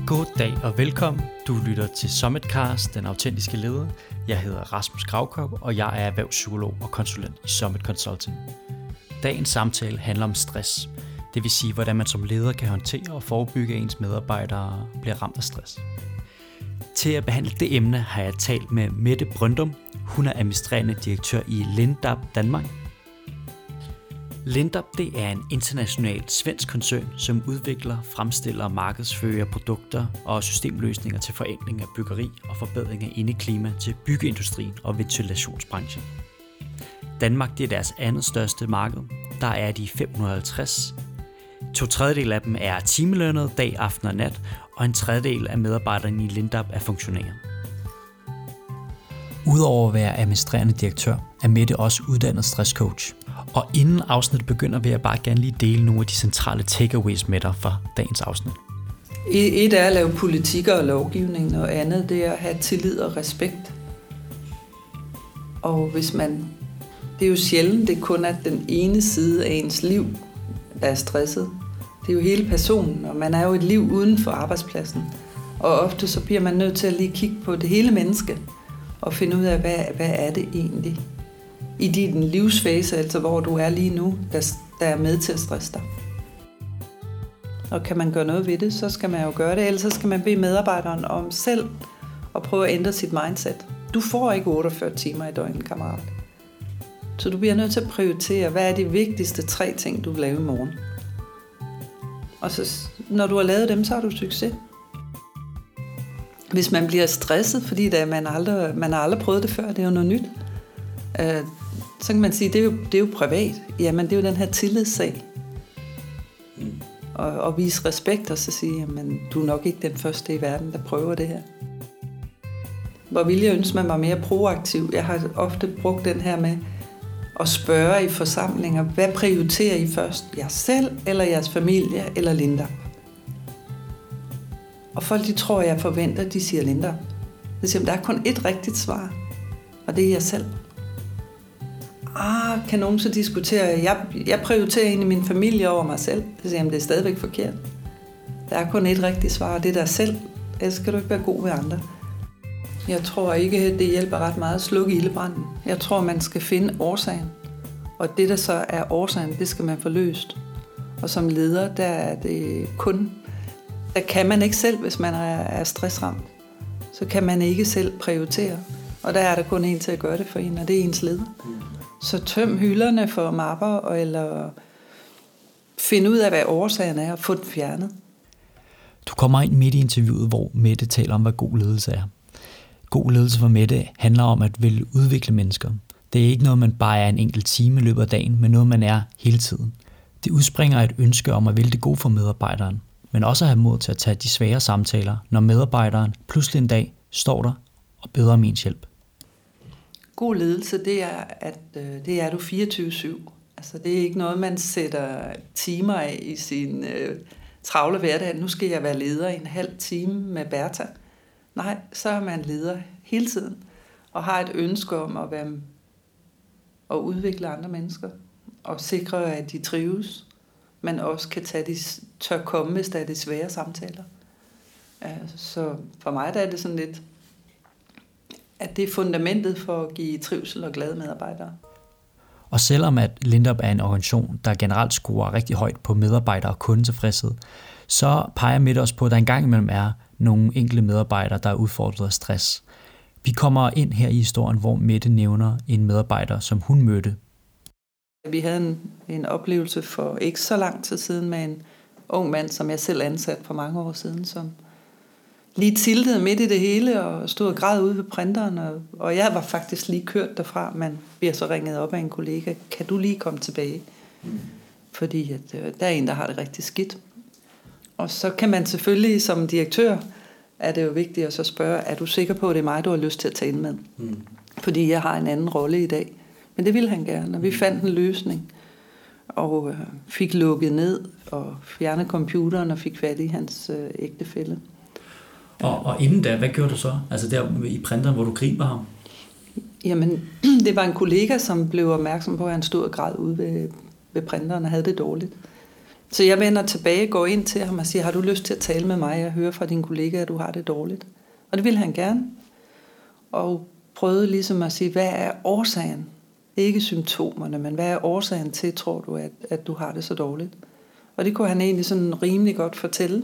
God dag og velkommen. Du lytter til Summitcast, den autentiske leder. Jeg hedder Rasmus Gravkop, og jeg er erhvervspsykolog og konsulent i Summit Consulting. Dagens samtale handler om stress. Det vil sige, hvordan man som leder kan håndtere og forebygge, at ens medarbejdere bliver ramt af stress. Til at behandle det emne har jeg talt med Mette Brøndum. Hun er administrerende direktør i Lindab Danmark. Lindab, det er en international svensk koncern, som udvikler, fremstiller og markedsfører produkter og systemløsninger til forenkling af byggeri og forbedring af indeklima til byggeindustrien og ventilationsbranchen. Danmark, det er deres andet største marked. Der er de 550. 2/3 af dem er timelønnede dag, aften og nat, og 1/3 af medarbejderne i Lindab er funktionærer. Udover at være administrerende direktør, er Mette også uddannet stresscoach. Og inden afsnittet begynder, vil jeg bare gerne lige dele nogle af de centrale takeaways med dig fra dagens afsnit. Et er at lave politikker og lovgivning, og andet det er at have tillid og respekt. Og det er jo sjældent, det kun er den ene side af ens liv, der er stresset. Det er jo hele personen, og man er jo et liv uden for arbejdspladsen. Og ofte så bliver man nødt til at lige kigge på det hele menneske, og finde ud af, hvad er det egentlig i din livsfase, altså hvor du er lige nu, der er med til at stresse dig. Og kan man gøre noget ved det, så skal man jo gøre det, ellers så skal man bede medarbejderen om selv at prøve at ændre sit mindset. Du får ikke 48 timer i døgnet, kammerat. Så du bliver nødt til at prioritere, hvad er de vigtigste 3 ting, du vil lave i morgen. Og så, når du har lavet dem, så har du succes. Hvis man bliver stresset, fordi man har aldrig prøvet det før, det er jo noget nyt, så kan man sige, det er jo privat. Jamen, det er jo den her tillidssag. Og vise respekt og så sige, jamen, du er nok ikke den første i verden, der prøver det her. Hvor ville jeg ønske, man var mere proaktiv. Jeg har ofte brugt den her med at spørge i forsamlinger, hvad prioriterer I først? Jer selv, eller jeres familie, eller Lindab? Og folk, de tror, jeg forventer, de siger Lindab. Det siger, der er kun ét rigtigt svar, og det er jeg selv. Kan nogen så diskutere, jeg prioriterer egentlig min familie over mig selv. Det siger, det er stadigvæk forkert. Der er kun ét rigtigt svar, og det er dig selv. Ellers skal du ikke være god ved andre. Jeg tror ikke, det hjælper ret meget at slukke ildebranden. Jeg tror, man skal finde årsagen. Og det, der så er årsagen, det skal man få løst. Og som leder, der er det kun... Der kan man ikke selv, hvis man er stressramt. Så kan man ikke selv prioritere. Og der er der kun en til at gøre det for en, og det er ens leder. Så tøm hylderne for mapper, eller find ud af, hvad årsagen er, og få den fjernet. Du kommer ind midt i interviewet, hvor Mette taler om, hvad god ledelse er. God ledelse for Mette handler om at ville udvikle mennesker. Det er ikke noget, man bare er en enkelt time i løbet af dagen, men noget, man er hele tiden. Det udspringer af et ønske om at ville det gode for medarbejderen, men også at have mod til at tage de svære samtaler, når medarbejderen pludselig en dag står der og beder om ens hjælp. God ledelse, det er du 24/7. Altså, det er ikke noget, man sætter timer af i sin travle hverdag. Nu skal jeg være leder i en halv time med Bertha. Nej, så er man leder hele tiden, og har et ønske om at udvikle andre mennesker, og sikre, at de trives, men også kan tør komme, hvis der er de svære samtaler. Så for mig der er det sådan lidt, at det er fundamentet for at give trivsel og glade medarbejdere. Og selvom at Lindab er en organisation, der generelt scorer rigtig højt på medarbejder- og kundetilfredshed, så peger Mette også på, at der engang imellem er nogle enkelte medarbejdere, der er udfordret af stress. Vi kommer ind her i historien, hvor Mette nævner en medarbejder, som hun mødte. Vi havde en oplevelse for ikke så lang tid siden med en ung mand, som jeg selv ansatte for mange år siden, som lige tiltede midt i det hele og stod og græd ude ved printeren, og jeg var faktisk lige kørt derfra, men bliver så ringet op af en kollega, kan du lige komme tilbage? Fordi der er en, der har det rigtig skidt. Og så kan man selvfølgelig som direktør, er det jo vigtigt at så spørge, er du sikker på, at det er mig, du har lyst til at tale med? Fordi jeg har en anden rolle i dag. Men det ville han gerne, og vi fandt en løsning, og fik lukket ned og fjernet computeren og fik fat i hans ægtefælle. Og inden da, hvad gjorde du så? Altså der i printeren, hvor du griber ham? Jamen, det var en kollega, som blev opmærksom på, at han stod og græd ude ved printeren og havde det dårligt. Så jeg vender tilbage, går ind til ham og siger, har du lyst til at tale med mig? Jeg hører fra din kollega, at du har det dårligt. Og det ville han gerne. Og prøvede ligesom at sige, hvad er årsagen? Ikke symptomerne, men hvad er årsagen til, tror du, at du har det så dårligt? Og det kunne han egentlig sådan rimelig godt fortælle.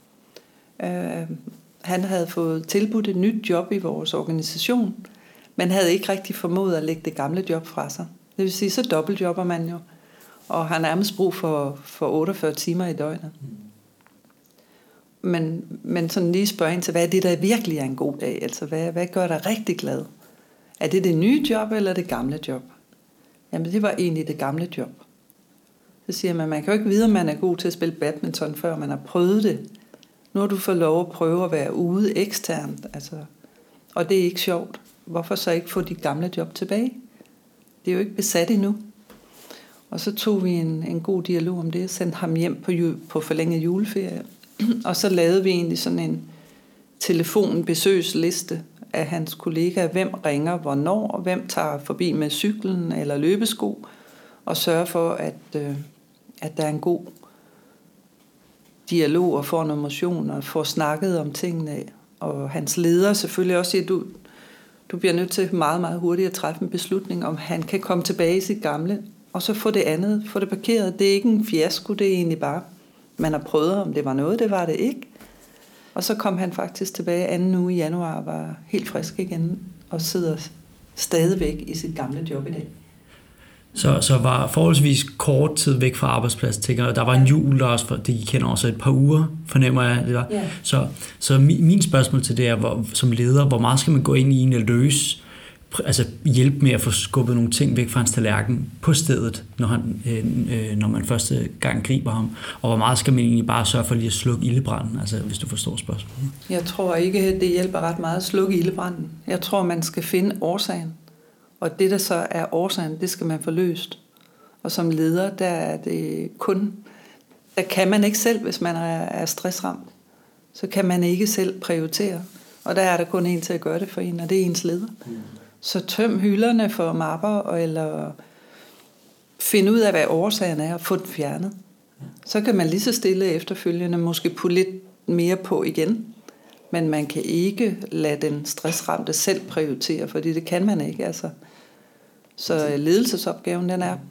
Han havde fået tilbudt et nyt job i vores organisation, men havde ikke rigtig formået at lægge det gamle job fra sig. Det vil sige, så dobbeltjobber man jo, og har nærmest brug for 48 timer i døgnet. Men sådan lige spørge ind til, hvad er det, der virkelig er en god dag? Altså, hvad gør dig rigtig glad? Er det nye job, eller det gamle job? Jamen, det var egentlig det gamle job. Så siger man kan jo ikke vide, om man er god til at spille badminton, før man har prøvet det. Nu har du fået lov at prøve at være ude eksternt, altså, og det er ikke sjovt. Hvorfor så ikke få dit gamle job tilbage? Det er jo ikke besat endnu. Og så tog vi en god dialog om det, og sendte ham hjem på forlænget juleferie. Og så lavede vi egentlig sådan en telefonbesøgsliste af hans kollegaer. Hvem ringer, hvornår, og hvem tager forbi med cyklen eller løbesko, og sørger for, at der er en god dialog og får noget motion og får snakket om tingene. Og hans leder selvfølgelig også siger, du bliver nødt til meget, meget hurtigt at træffe en beslutning, om han kan komme tilbage i sit gamle, og så få det andet, få det parkeret. Det er ikke en fiasko, det er egentlig bare, man har prøvet, om det var noget, det var det ikke. Og så kom han faktisk tilbage 2. uge i januar og var helt frisk igen, og sidder stadigvæk i sit gamle job i dag. Så var forholdsvis kort tid væk fra arbejdspladsen, tænker jeg. Der var en jul, der også, det gik hen over, så et par uger, fornemmer jeg, det var. Ja. Så min spørgsmål til det er, som leder, hvor meget skal man gå ind i en at løse, altså hjælpe med at få skubbet nogle ting væk fra hans tallerken på stedet, når man første gang griber ham, og hvor meget skal man egentlig bare sørge for lige at slukke ildebranden, altså hvis du forstår spørgsmålet? Jeg tror ikke, det hjælper ret meget at slukke ildebranden. Jeg tror, man skal finde årsagen. Og det, der så er årsagen, det skal man få løst. Og som leder, der er det kun... Der kan man ikke selv, hvis man er stressramt. Så kan man ikke selv prioritere. Og der er der kun en til at gøre det for en, og det er ens leder. Så tøm hylderne for mapper, eller find ud af, hvad årsagen er, og få den fjernet. Så kan man lige så stille efterfølgende måske putte lidt mere på igen. Men man kan ikke lade den stressramte selv prioritere, fordi det kan man ikke. Altså. Så ledelsesopgaven, den er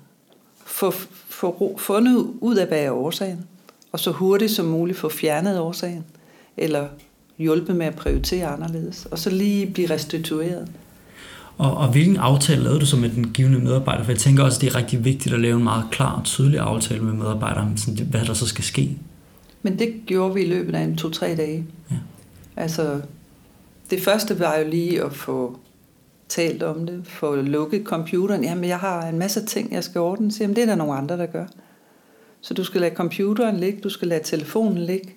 få fundet ud af, hvad er årsagen, og så hurtigt som muligt få fjernet årsagen, eller hjulpet med at prioritere anderledes, og så lige blive restitueret. Og hvilken aftale lavede du så med den givende medarbejder? For jeg tænker også, at det er rigtig vigtigt at lave en meget klar og tydelig aftale med medarbejderen, hvad der så skal ske. Men det gjorde vi i løbet af 2-3 dage. Ja. Altså, det første var jo lige at få talt om det, få lukket computeren. Jamen, jeg har en masse ting, jeg skal ordne. Så, jamen, det er der nogle andre, der gør. Så du skal lade computeren ligge, du skal lade telefonen ligge.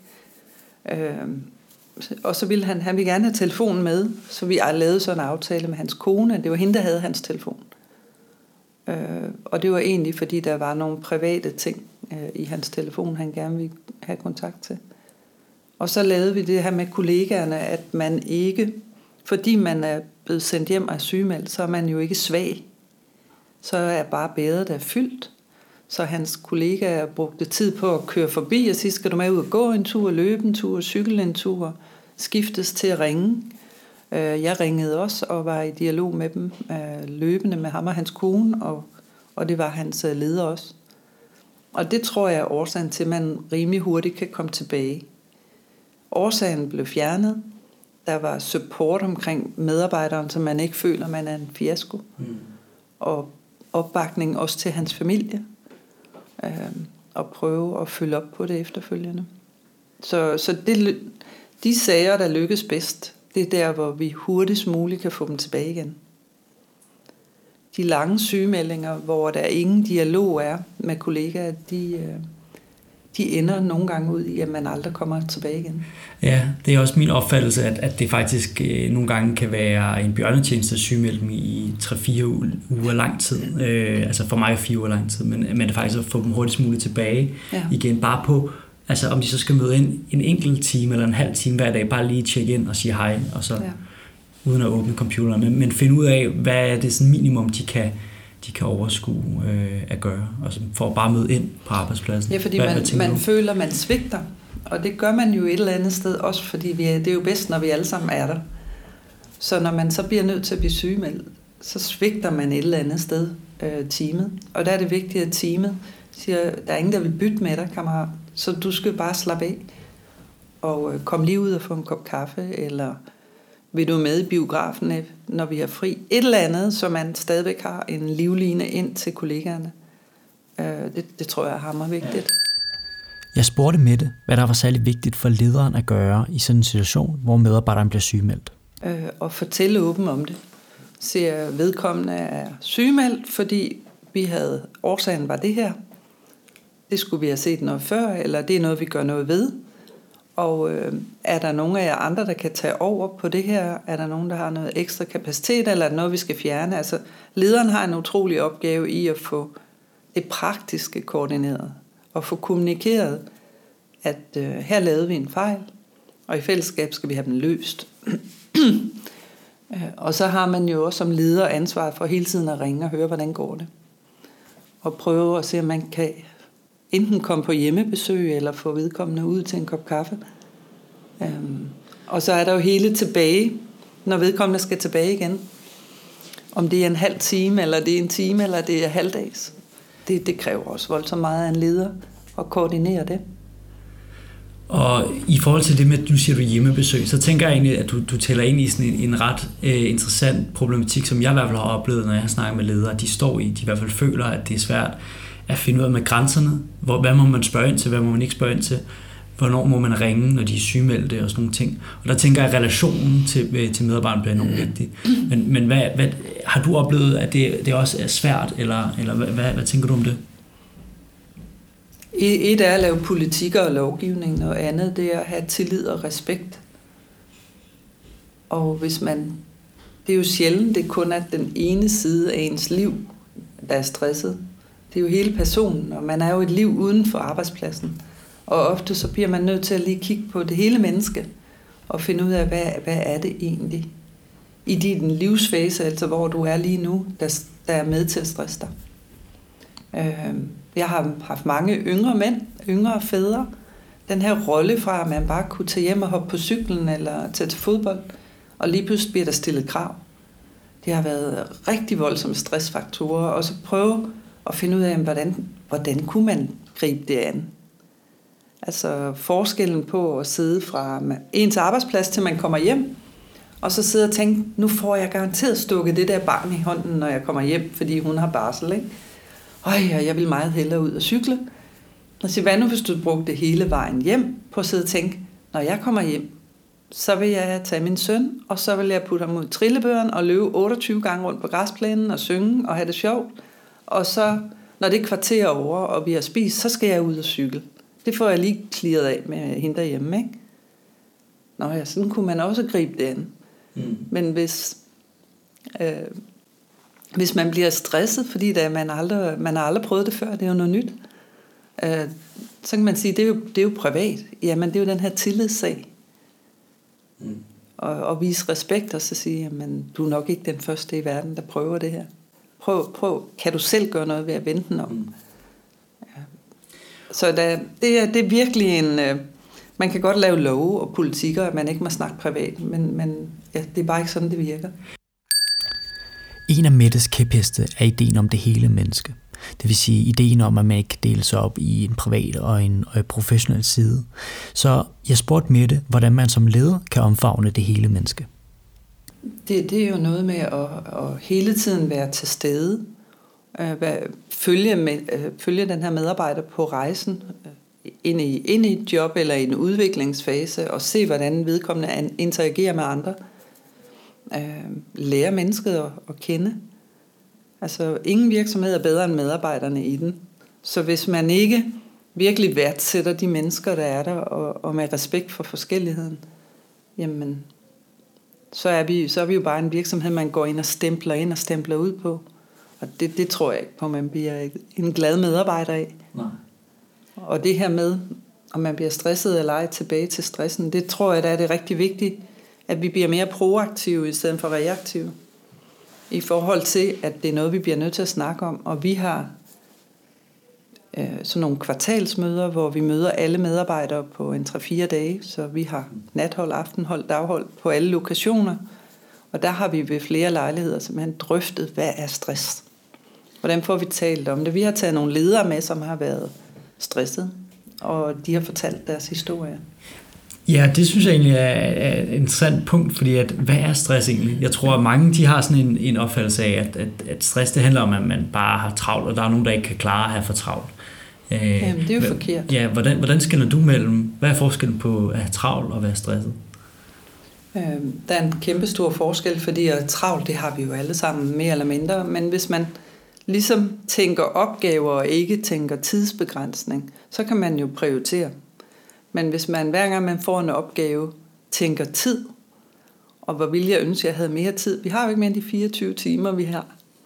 Og så ville han ville gerne have telefonen med, så vi lavede sådan en aftale med hans kone. Det var hende, der havde hans telefon. Og det var egentlig, fordi der var nogle private ting i hans telefon, han gerne ville have kontakt til. Og så lavede vi det her med kollegaerne, at man ikke, fordi man er blevet sendt hjem af sygemeldt, så er man jo ikke svag. Så er bare bæret der fyldt. Så hans kollegaer brugte tid på at køre forbi og sige, skal du med ud og gå en tur, løbe en tur, cykle en tur, skiftes til at ringe. Jeg ringede også og var i dialog med dem, løbende med ham og hans kone, og det var hans leder også. Og det tror jeg er årsagen til, at man rimelig hurtigt kan komme tilbage. Årsagen blev fjernet. Der var support omkring medarbejderen, så man ikke føler, man er en fiasko. Og opbakning også til hans familie. Og prøve at følge op på det efterfølgende. Så de sager, der lykkes bedst, det er der, hvor vi hurtigst muligt kan få dem tilbage igen. De lange sygemeldinger, hvor der ingen dialog er med kollegaer, de ender nogle gange ud i, at man aldrig kommer tilbage igen. Ja, det er også min opfattelse, at det faktisk nogle gange kan være en bjørnetjeneste at sygemelde i 3-4 uger lang tid. Altså for mig 4 uger lang tid, men det er faktisk at få dem hurtigst muligt tilbage igen, bare på, altså om de så skal møde ind en enkelt time eller en halv time hver dag, bare lige tjekke ind og sige hej, og så uden at åbne computeren, men finde ud af, hvad er det sådan minimum, de kan de kan overskue at gøre, altså for at bare møde ind på arbejdspladsen? Ja, fordi man føler, man svigter, og det gør man jo et eller andet sted også, fordi det er jo bedst, når vi alle sammen er der. Så når man så bliver nødt til at blive sygemeldt, så svigter man et eller andet sted teamet. Og der er det vigtigt, at teamet siger, der er ingen, der vil bytte med dig, kammerat, så du skal bare slappe af og komme lige ud og få en kop kaffe, eller vil du med i biografen, når vi har fri? Et eller andet, så man stadigvæk har en livline ind til kollegaerne. Det tror jeg er hammervigtigt. Jeg spurgte Mette, hvad der var særlig vigtigt for lederen at gøre i sådan en situation, hvor medarbejderen bliver sygemeldt. Og fortælle åbent om det. Siger vedkommende er sygemeldt, fordi årsagen var det her. Det skulle vi have set noget før, eller det er noget, vi gør noget ved. Og er der nogen af jer andre, der kan tage over på det her? Er der nogen, der har noget ekstra kapacitet, eller er det noget, vi skal fjerne? Altså, lederen har en utrolig opgave i at få det praktiske koordineret, og få kommunikeret, at her lavede vi en fejl, og i fællesskab skal vi have den løst. Og så har man jo også som leder ansvar for hele tiden at ringe og høre, hvordan går det. Og prøve at se, om man kan enten komme på hjemmebesøg, eller få vedkommende ud til en kop kaffe. Og så er der jo hele tilbage, når vedkommende skal tilbage igen. Om det er en halv time, eller det er en time, eller det er halvdags. Det kræver også voldsomt meget af en leder at koordinere det. Og i forhold til det med, at du siger, du hjemmebesøg, så tænker jeg egentlig, at du tæller ind i sådan en ret interessant problematik, som jeg i hvert fald har oplevet, når jeg har snakket med ledere. De står i, de i hvert fald føler, at det er svært at finde ud af med grænserne. Hvad må man spørge ind til, hvad må man ikke spørge ind til? Hvornår må man ringe, når de er sygemeldte og sådan nogle ting. Og der tænker jeg, at relationen til medarbejderne bliver enormt vigtig. Men hvad har du oplevet, at det også er svært, eller hvad tænker du om det? Et er at lave politikker og lovgivning, og andet det er at have tillid og respekt. Og det er jo sjældent, det kun er den ene side af ens liv, der er stresset. Det er jo hele personen, og man er jo et liv uden for arbejdspladsen. Og ofte så bliver man nødt til at lige kigge på det hele menneske, og finde ud af, hvad er det egentlig i din livsfase, altså hvor du er lige nu, der er med til at stresse dig. Jeg har haft mange yngre mænd, yngre fædre. Den her rolle fra, at man bare kunne tage hjem og hoppe på cyklen eller tage til fodbold, og lige pludselig bliver der stillet krav. Det har været rigtig voldsomme stressfaktorer, og så prøve at finde ud af, hvordan kunne man gribe det an. Altså forskellen på at sidde fra ens arbejdsplads til man kommer hjem, og så sidde og tænke, nu får jeg garanteret stukket det der barn i hånden, når jeg kommer hjem, fordi hun har barsel, ikke? Jeg vil meget hellere ud og cykle. Og så hvad nu, hvis du brugte det hele vejen hjem, på at sidde og tænke, når jeg kommer hjem, så vil jeg tage min søn, og så vil jeg putte ham ud i trillebøren og løbe 28 gange rundt på græsplænen og synge og have det sjovt. Og så, når det kvarter over, og vi har spist, så skal jeg ud og cykle. Det får jeg lige clearet af med hende derhjemme, ikke? Nå ja, sådan kunne man også gribe det an. Men hvis man bliver stresset, fordi man har aldrig prøvet det før, det er jo noget nyt, så kan man sige, det er jo privat. Jamen, det er jo den her tillidssag. Og vise respekt, og så sige, jamen, du er nok ikke den første i verden, der prøver det her. Prøv. Kan du selv gøre noget ved at vente den om? Ja. Så det er virkelig man kan godt lave love og politikker, at man ikke må snakke privat, men ja, det er bare ikke sådan, det virker. En af Mettes kæpheste er ideen om det hele menneske. Det vil sige ideen om, at man ikke kan dele sig op i en privat og en professionel side. Så jeg spurgte Mette, hvordan man som leder kan omfavne det hele menneske. Det er jo noget med at hele tiden være til stede. Følge den her medarbejder på rejsen ind i et job eller i en udviklingsfase, og se, hvordan vedkommende interagerer med andre. Lære mennesket at kende. Altså, ingen virksomhed er bedre end medarbejderne i den. Så hvis man ikke virkelig værdsætter de mennesker, der er der, og med respekt for forskelligheden, jamen, så er vi jo bare en virksomhed, man går ind og stempler ud på. Og det tror jeg ikke på, man bliver en glad medarbejder af. Nej. Og det her med, om man bliver stresset eller ej, tilbage til stressen, det tror jeg, der er det rigtig vigtigt, at vi bliver mere proaktive i stedet for reaktive. i forhold til, at det er noget, vi bliver nødt til at snakke om. Og vi har sådan nogle kvartalsmøder, hvor vi møder alle medarbejdere på en 3-4 dage. Så vi har nathold, aftenhold, daghold på alle lokationer. Og der har vi ved flere lejligheder simpelthen drøftet, hvad er stress? Hvordan får vi talt om det? Vi har taget nogle ledere med, som har været stresset, og de har fortalt deres historie. Ja, det synes jeg egentlig er et interessant punkt, fordi hvad er stress egentlig? Jeg tror, at mange de har sådan en opfattelse af, at stress det handler om, at man bare har travlt, og der er nogen, der ikke kan klare at have for travlt. Jamen, det er jo forkert. Ja, hvordan skelner du mellem, hvad er forskellen på at have travlt og være stresset? Der er en kæmpe stor forskel, fordi at travlt, det har vi jo alle sammen, mere eller mindre, men hvis man ligesom tænker opgaver og ikke tænker tidsbegrænsning, så kan man jo prioritere. Men hvis man hver gang man får en opgave, tænker tid, og hvor ville jeg ønske, at jeg havde mere tid. Vi har jo ikke mere end de 24 timer, vi har.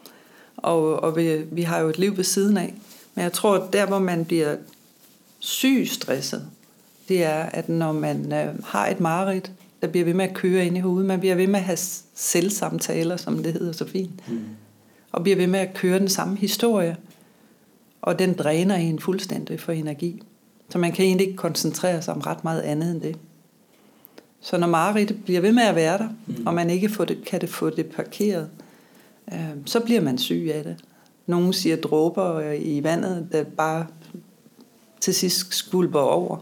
Og vi har jo et liv ved siden af. Men jeg tror, at der hvor man bliver syg stresset, det er, at når man har et mareridt, der bliver ved med at køre ind i hovedet, man bliver ved med at have selvsamtaler, som det hedder så fint, og bliver ved med at køre den samme historie, og den dræner en fuldstændig for energi. Så man kan egentlig ikke koncentrere sig om ret meget andet end det. Så når mareridtet bliver ved med at være der, og man ikke kan få det parkeret, så bliver man syg af det. Nogle siger dråber i vandet, der bare til sidst skvulper over.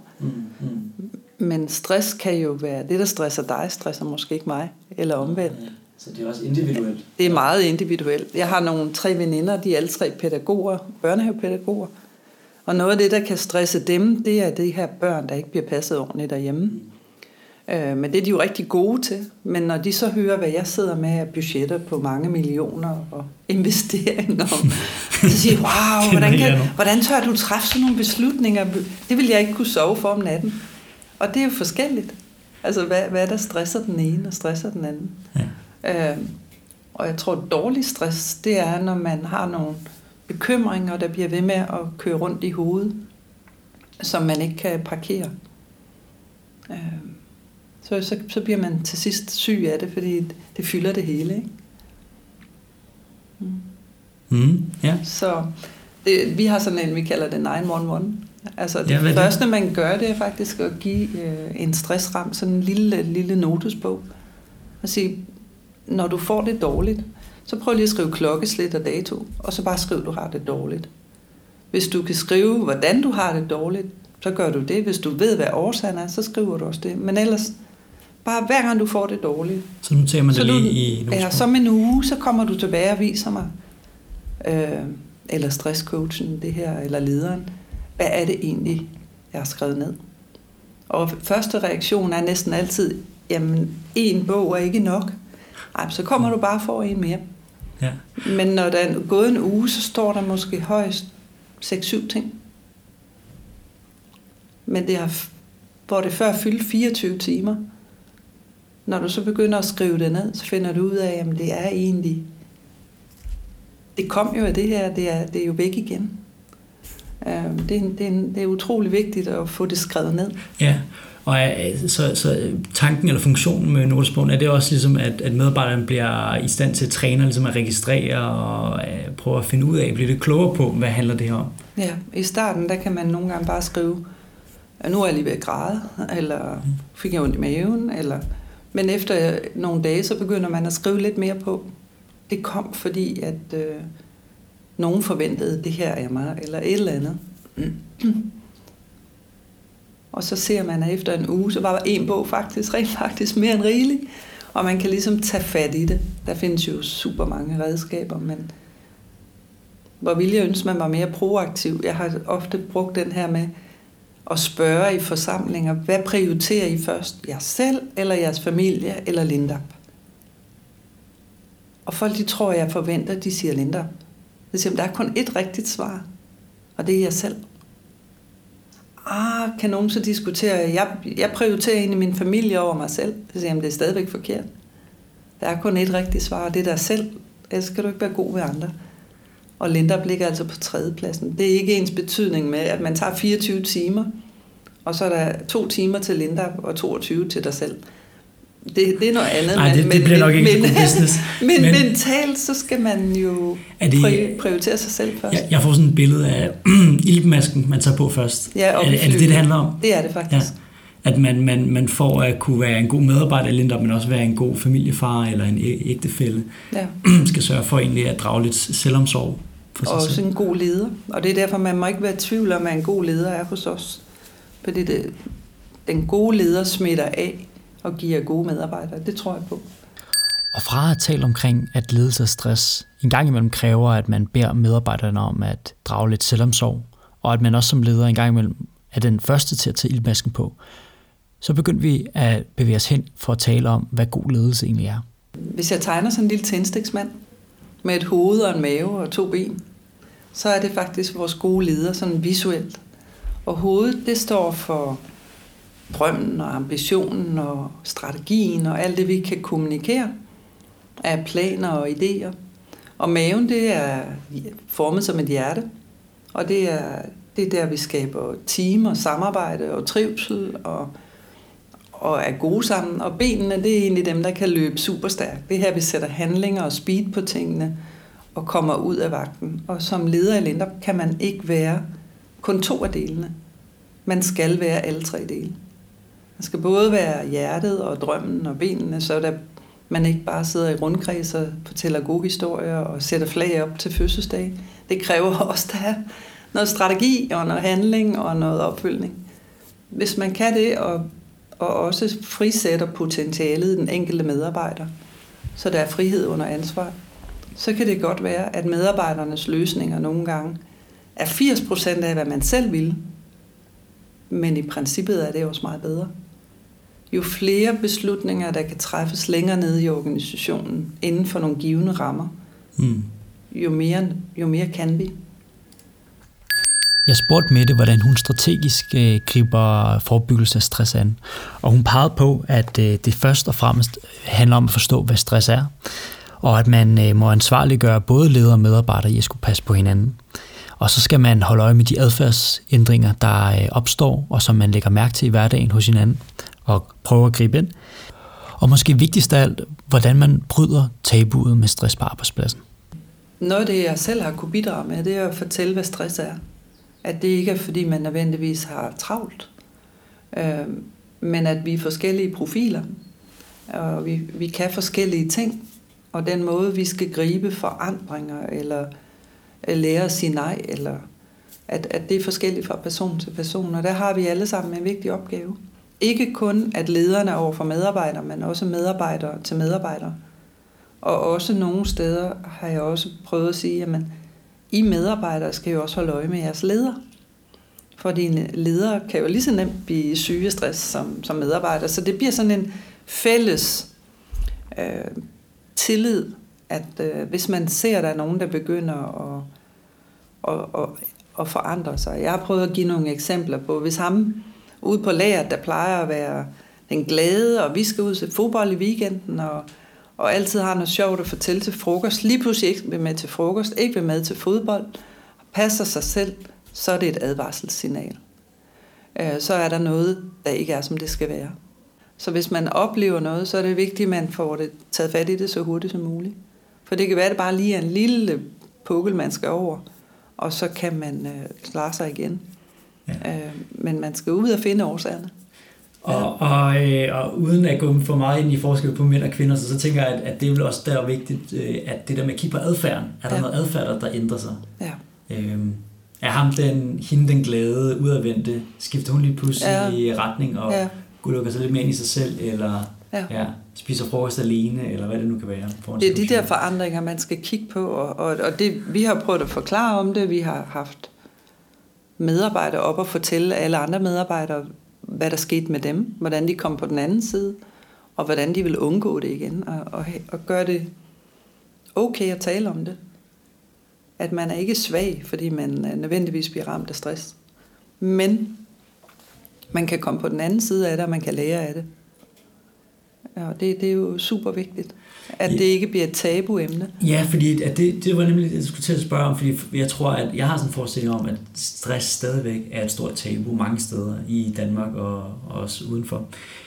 Men stress kan jo være, det der stresser dig, stresser måske ikke mig, eller omvendt. Så det er også individuelt? Det er meget individuelt. Jeg har 3 veninder, de er alle 3 pædagoger, børnehavepædagoger. Og noget af det, der kan stresse dem, det er de her børn, der ikke bliver passet ordentligt derhjemme. Men det er de jo rigtig gode til. Men når de så hører, hvad jeg sidder med af budgetter på mange millioner og investeringer, så siger wow, hvordan tør du træffe sådan nogle beslutninger? Det vil jeg ikke kunne sove for om natten. Og det er jo forskelligt. Altså, hvad der stresser den ene og stresser den anden. Ja. Og jeg tror, at dårlig stress, det er, når man har nogle bekymringer, der bliver ved med at køre rundt i hovedet, som man ikke kan parkere. Så bliver man til sidst syg af det, fordi det fylder det hele, ikke? Ja. Så vi har sådan en, vi kalder det 911. Altså det første, man gør, det er faktisk at give en stressram, sådan en lille notesbog, og sige, når du får det dårligt, så prøv lige at skrive klokkeslæt og dato, og så bare skriv, du har det dårligt. Hvis du kan skrive, hvordan du har det dårligt, så gør du det. Hvis du ved, hvad årsagen er, så skriver du også det. Men ellers, bare hver gang du får det dårligt. Så noterer man det lige i notesbogen? Ja, som en uge, så kommer du tilbage og viser mig, eller stresscoachen, det her, eller lederen, hvad er det egentlig, jeg har skrevet ned. Og første reaktion er næsten altid, jamen, 1 bog er ikke nok. Ej, så kommer du bare for 1 mere. Ja. Men når der er gået en uge, så står der måske højst 6-7 ting. Men hvor det før fyldte 24 timer, når du så begynder at skrive det ned, så finder du ud af, at det er egentlig, det kom jo af det her, det er jo væk igen. Det er utrolig vigtigt at få det skrevet ned. Ja, og så tanken eller funktionen med notesbogen, er det også ligesom, at medarbejderen bliver i stand til at træne, ligesom at registrere og prøve at finde ud af, bliver det klogere på, hvad handler det her om? Ja, i starten, der kan man nogle gange bare skrive, nu er jeg lige ved at græde, eller fik jeg ondt i maven, men efter nogle dage, så begynder man at skrive lidt mere på. Det kom, fordi at nogen forventede, det her af mig, eller et eller andet. Og så ser man, at efter en uge, så var der 1 bog rent faktisk mere end rigeligt. Og man kan ligesom tage fat i det. Der findes jo super mange redskaber, men hvor ville jeg ønske, man var mere proaktiv. Jeg har ofte brugt den her med at spørge i forsamlinger, hvad prioriterer I først? Jer selv, eller jeres familie, eller Lindab? Og folk, de tror, jeg forventer, de siger Lindab. Det siger, der er kun 1 rigtigt svar, og det er jeg selv. Kan nogen så diskutere, jeg prioriterer egentlig min familie over mig selv. Så siger jeg, det er stadigvæk forkert. Der er kun 1 rigtigt svar, og det er dig selv. Ellers skal du ikke være god ved andre. Og Lindab ligger altså på 3. pladsen. Det er ikke ens betydning med, at man tager 24 timer, og så er der 2 timer til Lindab og 22 til dig selv. Det er noget andet. Nej, det bliver nok ikke god business. Men mentalt, så skal man jo prioritere sig selv først. Jeg får sådan et billede af iltmasken, man tager på først. Ja, er det handler om? Det er det faktisk. Ja. At man får at kunne være en god medarbejder, eller men også være en god familiefar eller en ægtefælle. Ja. Skal sørge for egentlig at drage lidt selvomsorg for sig selv. Og også en god leder. Og det er derfor, man må ikke være i tvivl om, at en god leder er hos os. Fordi den gode leder smitter af og giver gode medarbejdere. Det tror jeg på. Og fra at tale omkring, at ledelse og stress en gang imellem kræver, at man beder medarbejderne om at drage lidt selvomsorg, og at man også som leder en gang imellem er den første til at tage iltmasken på, så begyndte vi at bevæge os hen for at tale om, hvad god ledelse egentlig er. Hvis jeg tegner sådan en lille tændstiksmand med et hoved og en mave og 2 ben, så er det faktisk vores gode leder sådan visuelt. Og hovedet, det står for drømmen og ambitionen og strategien og alt det, vi kan kommunikere af planer og idéer. Og maven, det er formet som et hjerte, og det er der, vi skaber team og samarbejde og trivsel og er gode sammen. Og benene, det er egentlig dem, der kan løbe super stærkt. Det er her, vi sætter handlinger og speed på tingene og kommer ud af vagten. Og som leder i Lindab kan man ikke være kun 2 af delene. Man skal være alle 3 dele. Man skal både være hjertet og drømmen og benene, så der man ikke bare sidder i rundkreds og fortæller gode historier og sætter flag op til fødselsdag. Det kræver også, der er noget strategi og noget handling og noget opfølgning. Hvis man kan det og også frisætter potentialet i den enkelte medarbejder, så der er frihed under ansvar, så kan det godt være, at medarbejdernes løsninger nogle gange er 80% af, hvad man selv vil, men i princippet er det også meget bedre. Jo flere beslutninger, der kan træffes længere nede i organisationen, inden for nogle givne rammer, jo mere kan vi. Jeg spurgte Mette, hvordan hun strategisk griber forebyggelse af stress an. Og hun pegede på, at det først og fremmest handler om at forstå, hvad stress er, og at man må ansvarliggøre både ledere og medarbejdere i at skulle passe på hinanden. Og så skal man holde øje med de adfærdsændringer, der opstår, og som man lægger mærke til i hverdagen hos hinanden, og prøve at gribe ind. Og måske vigtigst af alt, hvordan man bryder tabuet med stress på arbejdspladsen. Noget af det, jeg selv har kunne bidrage med, det er at fortælle, hvad stress er. At det ikke er, fordi man nødvendigvis har travlt, men at vi er forskellige profiler, og vi kan forskellige ting, og den måde, vi skal gribe forandringer, eller lære at sige nej, eller at det er forskelligt fra person til person, og der har vi alle sammen en vigtig opgave. Ikke kun at lederne er over for medarbejdere, men også medarbejdere til medarbejdere. Og også nogle steder har jeg også prøvet at sige, at I medarbejdere skal jo også holde øje med jeres ledere. Fordi ledere kan jo lige så nemt blive syge af stress som medarbejdere. Så det bliver sådan en fælles tillid, at hvis man ser, at der er nogen, der begynder at forandre sig. Jeg har prøvet at give nogle eksempler på, hvis ham ude på lageret, der plejer at være den glade, og vi skal ud til fodbold i weekenden, og altid har noget sjovt at fortælle til frokost, lige pludselig ikke vil med til frokost, ikke vil med til fodbold, passer sig selv, så er det et advarselssignal. Så er der noget, der ikke er, som det skal være. Så hvis man oplever noget, så er det vigtigt, at man får det taget fat i det så hurtigt som muligt. For det kan være, at det bare lige er en lille pukkel, man skal over, og så kan man klare sig igen. Ja. Men man skal ud og finde årsagerne. Og uden at gå for meget ind i forskel på mænd og kvinder, så tænker jeg, at det er vel også der vigtigt, at det der med at kigge på adfærden, er der noget adfærd, der ændrer sig? Ja. Er hende den glade, udadvendte, skifter hun lige pludselig i retning og lukker sig lidt mere ind i sig selv, eller spiser frokost alene, eller hvad det nu kan være? Det er de der forandringer, man skal kigge på, og det, vi har prøvet at forklare om det. Vi har haft medarbejdere op og fortælle alle andre medarbejdere, hvad der skete med dem, hvordan de kom på den anden side, og hvordan de vil undgå det igen, og gøre det okay at tale om det. At man er ikke svag, fordi man nødvendigvis bliver ramt af stress. Men man kan komme på den anden side af det, og man kan lære af det. Ja, det er jo super vigtigt, at det ikke bliver et tabuemne. Ja, fordi at det var nemlig det, jeg skulle til at spørge om, fordi jeg tror, at jeg har sådan en forestilling om, at stress stadigvæk er et stort tabu mange steder i Danmark og også udenfor.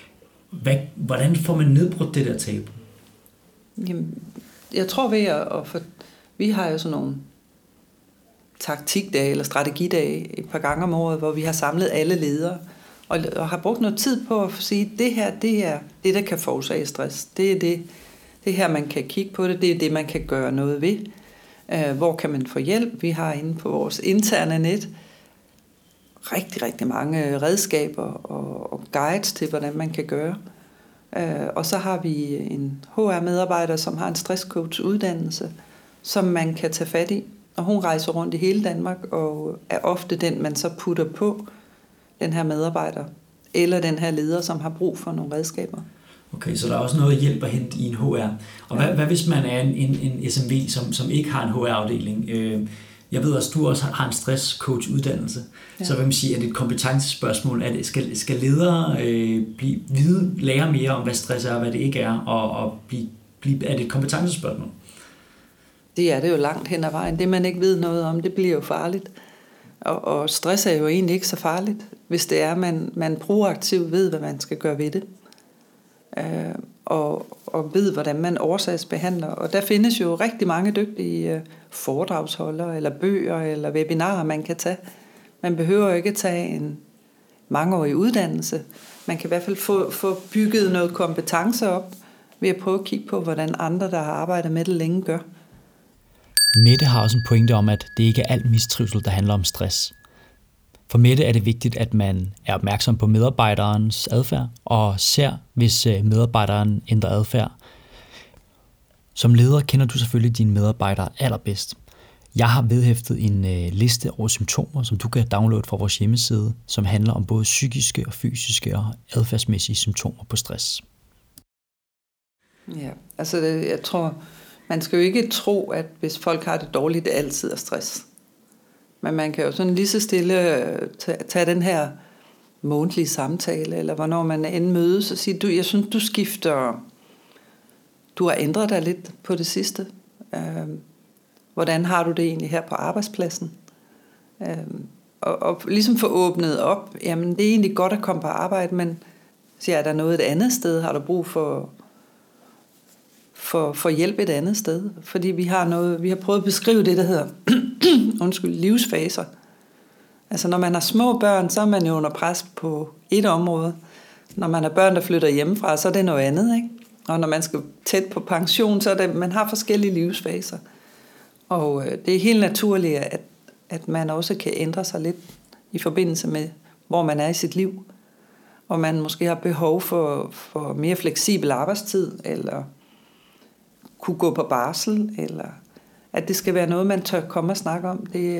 Hvordan får man nedbrudt det der tabu? Jamen, jeg tror ved vi har jo sådan nogle taktikdage eller strategidage et par gange om året, hvor vi har samlet alle ledere og har brugt noget tid på at sige, det her, det er det, der kan forårsage stress. Det er det her, man kan kigge på det. Det er det, man kan gøre noget ved. Hvor kan man få hjælp? Vi har inde på vores interne net rigtig, rigtig mange redskaber og guides til, hvordan man kan gøre. Og så har vi en HR-medarbejder, som har en stresscoach-uddannelse, som man kan tage fat i. Og hun rejser rundt i hele Danmark og er ofte den, man så putter på, den her medarbejder eller den her leder, som har brug for nogle redskaber. Okay, så der er også noget hjælp at hente i en HR. Og hvad hvis man er en SMV, som ikke har en HR-afdeling? Jeg ved også, du også har en stresscoach-uddannelse. Ja. Så hvad man siger, er det et kompetencespørgsmål? Skal ledere lære mere om, hvad stress er og hvad det ikke er? Og er det et kompetencespørgsmål? Det er det jo langt hen ad vejen. Det, man ikke ved noget om, det bliver jo farligt. Og stress er jo egentlig ikke så farligt, hvis det er, man proaktivt ved, hvad man skal gøre ved det. Og ved, hvordan man årsagsbehandler. Og der findes jo rigtig mange dygtige foredragsholdere, eller bøger, eller webinarer, man kan tage. Man behøver ikke tage en mangeårig uddannelse. Man kan i hvert fald få bygget noget kompetence op, ved at prøve at kigge på, hvordan andre, der har arbejdet med det længe, gør. Mette har også en pointe om, at det ikke er alt mistrivsel, der handler om stress. For Mette er det vigtigt, at man er opmærksom på medarbejderens adfærd, og ser, hvis medarbejderen ændrer adfærd. Som leder kender du selvfølgelig dine medarbejdere allerbedst. Jeg har vedhæftet en liste over symptomer, som du kan downloade fra vores hjemmeside, som handler om både psykiske og fysiske og adfærdsmæssige symptomer på stress. Ja, altså jeg tror, man skal jo ikke tro, at hvis folk har det dårligt, det altid er stress. Men man kan jo sådan lige så stille tage den her månedlige samtale, eller hvornår man end mødes og sige, jeg synes, du har ændret dig lidt på det sidste. Hvordan har du det egentlig her på arbejdspladsen? Og ligesom få åbnet op, jamen det er egentlig godt at komme på arbejde, men er der noget et andet sted? Har du brug for hjælp et andet sted? Fordi vi har prøvet at beskrive det, der hedder livsfaser. Altså når man har små børn, så er man jo under pres på et område. Når man har børn, der flytter hjemmefra, så er det noget andet, ikke? Og når man skal tæt på pension, så er det, man har forskellige livsfaser. Og det er helt naturligt, at man også kan ændre sig lidt i forbindelse med, hvor man er i sit liv. Og man måske har behov for mere fleksibel arbejdstid, eller kunne gå på barsel, eller at det skal være noget, man tør komme og snakke om. Det er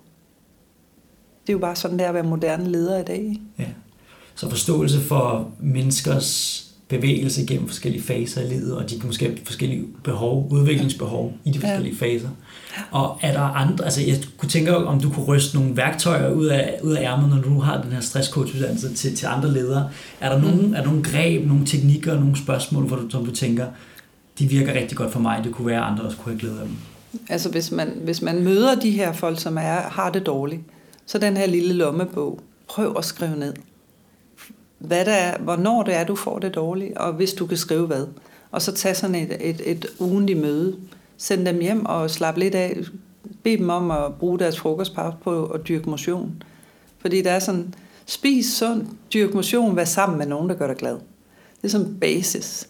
jo bare sådan, det er at være moderne leder i dag. Ikke? Ja. Så forståelse for menneskers bevægelse gennem forskellige faser i livet, og de måske forskellige behov, udviklingsbehov i de forskellige faser. Og er der andre, altså jeg kunne tænke, om du kunne ryste nogle værktøjer ud af ærmet, når du nu har den her stresscoach-uddannelse til andre ledere. Er der nogle greb, nogle teknikker, nogle spørgsmål, som du tænker, de virker rigtig godt for mig, det kunne være andre også kunne have glæde af dem? Altså hvis man møder de her folk, som har det dårligt, så den her lille lommebog, prøv at skrive ned. Hvornår det er, du får det dårligt, og hvis du kan skrive hvad. Og så tage sådan et ugentligt møde. Send dem hjem og slap lidt af. Bed dem om at bruge deres frokostpause på at dyrke motion. Fordi der er sådan, spis sundt, dyrk motion, vær sammen med nogen, der gør dig glad. Det er sådan basis.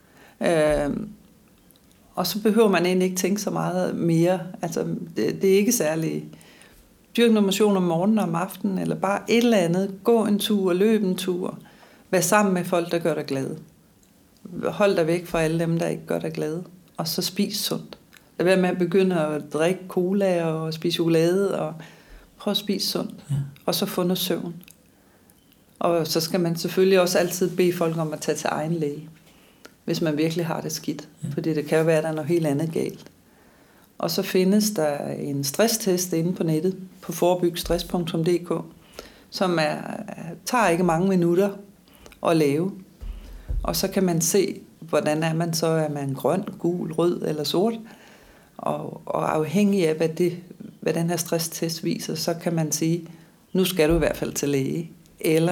Og så behøver man egentlig ikke tænke så meget mere. Altså, det er ikke særlig. Dyrk noget motion om morgenen og om aftenen, eller bare et eller andet. Gå en tur, løb en tur. Vær sammen med folk, der gør dig glad. Hold dig væk fra alle dem, der ikke gør dig glad. Og så spis sundt. Lad være med at begynde at drikke cola og spise chokolade, og prøv at spise sundt. Ja. Og så få noget søvn. Og så skal man selvfølgelig også altid bede folk om at tage til egen læge, hvis man virkelig har det skidt. Ja. Fordi det kan jo være, at der er noget helt andet galt. Og så findes der en stresstest inde på nettet, på forebygstress.dk, som tager ikke mange minutter at lave. Og så kan man se, hvordan er man så, er man grøn, gul, rød eller sort. Og afhængig af, hvad den her stresstest viser, så kan man sige, nu skal du i hvert fald til læge. Eller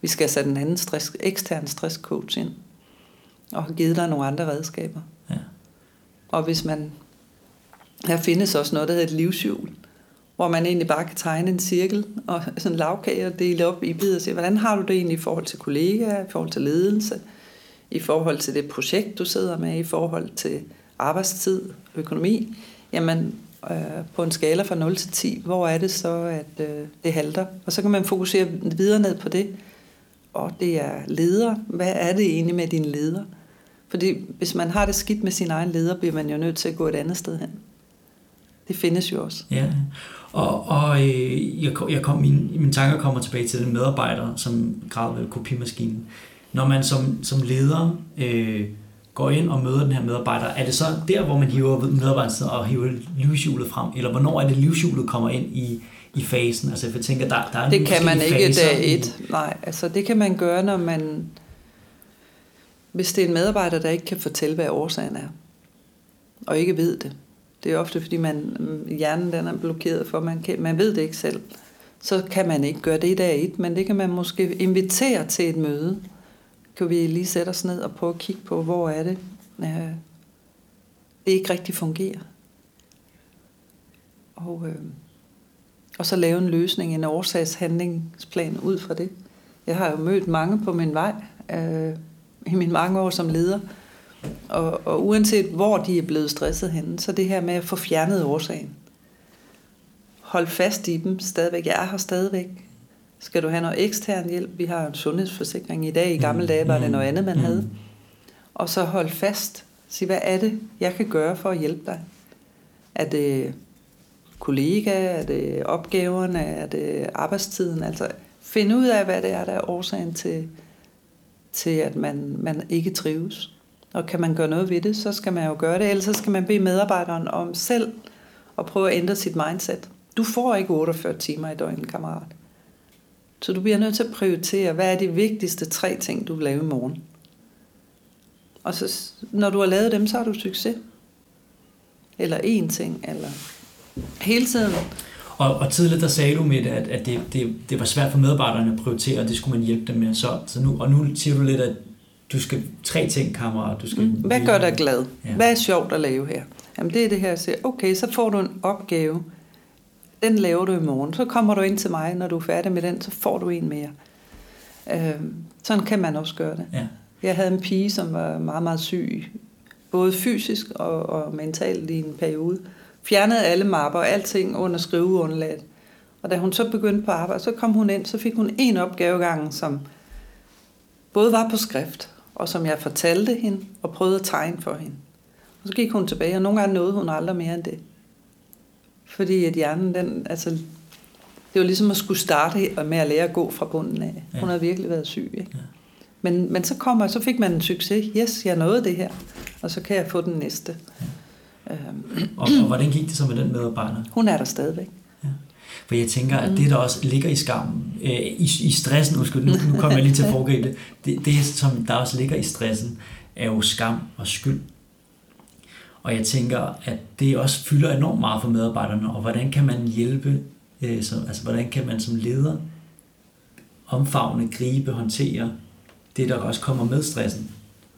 Vi skal have sat en anden ekstern stresscoach ind, og have givet dig nogle andre redskaber. Ja. Og hvis man... Her findes også noget, der hedder et livshjul, hvor man egentlig bare kan tegne en cirkel og sådan en lavkage og dele op i bidder og sige, hvordan har du det egentlig i forhold til kollegaer, i forhold til ledelse, i forhold til det projekt, du sidder med, i forhold til arbejdstid, økonomi. Jamen, på en skala fra 0 til 10, hvor er det så, at det halter? Og så kan man fokusere videre ned på det. Og det er leder. Hvad er det egentlig med din leder? Fordi hvis man har det skidt med sin egen leder, bliver man jo nødt til at gå et andet sted hen. Det findes jo også. Ja, og mine tanker kommer tilbage til den medarbejder, som gravede ved kopimaskinen. Når man som leder går ind og møder den her medarbejder, er det så der, hvor man hiver medarbejderen og hiver livshjulet frem? Eller hvornår er det livshjulet kommer ind i fasen? Altså jeg tænker, der er det kan man ikke dag et. Nej, altså det kan man gøre, når man... Hvis det er en medarbejder, der ikke kan fortælle, hvad årsagen er, og ikke ved det. Det er ofte, fordi hjernen den er blokeret for, man ved det ikke selv. Så kan man ikke gøre det i dag et, men det kan man måske invitere til et møde. Kan vi lige sætte os ned og prøve at kigge på, hvor er det, det ikke rigtig fungerer. Og så lave en løsning, en årsagshandlingsplan ud fra det. Jeg har jo mødt mange på min vej, i mine mange år som leder, og uanset hvor de er blevet stresset henne, så det her med at få fjernet årsagen. Hold fast i dem stadigvæk. Jeg er her stadigvæk. Skal du have noget ekstern hjælp? Vi har en sundhedsforsikring i dag. I gamle dage var det noget andet, man havde. Og så hold fast. Sig, hvad er det, jeg kan gøre for at hjælpe dig? Er det kollegaer? Er det opgaverne? Er det arbejdstiden? Altså, find ud af, hvad det er, der er årsagen til at man ikke trives. Og kan man gøre noget ved det, så skal man jo gøre det. Ellers så skal man bede medarbejderen om selv at prøve at ændre sit mindset. Du får ikke 48 timer i døgnet, kammerat. Så du bliver nødt til at prioritere, hvad er de vigtigste 3 ting, du vil lave i morgen. Og så, når du har lavet dem, så har du succes. Eller 1 ting, eller hele tiden. Og tidligere der sagde du med at det var svært for medarbejderne at prioritere, og det skulle man hjælpe dem med. Og nu siger du lidt, at du skal 3 ting, kammerat. Hvad gør dig glad? Ja. Hvad er sjovt at lave her? Jamen det er det her, at sige, okay, så får du en opgave. Den laver du i morgen. Så kommer du ind til mig, når du er færdig med den, så får du en mere. Sådan kan man også gøre det. Ja. Jeg havde en pige, som var meget, meget syg. Både fysisk og mentalt i en periode. Fjernede alle mapper og alting under skriveunderlaget. Og da hun så begyndte på arbejde, så kom hun ind, så fik hun 1 opgave gangen, som både var på skrift, og som jeg fortalte hende, og prøvede at tegne for hende. Og så gik hun tilbage, og nogle gange nåede hun aldrig mere end det. Fordi at hjernen, det var ligesom at skulle starte med at lære at gå fra bunden af. Hun havde virkelig været syg, ikke? Ja. Men så fik man en succes. Yes, jeg nåede det her, og så kan jeg få den næste. Ja. Og hvordan gik det så med den medarbejder? Hun er der stadigvæk. Ja. For jeg tænker, at det, der også ligger i skammen, i stressen, nu kommer jeg lige til at foregribe det, som der også ligger i stressen, er jo skam og skyld. Og jeg tænker, at det også fylder enormt meget for medarbejderne, og hvordan kan man hjælpe, hvordan kan man som leder omfavne, gribe, håndtere det, der også kommer med stressen?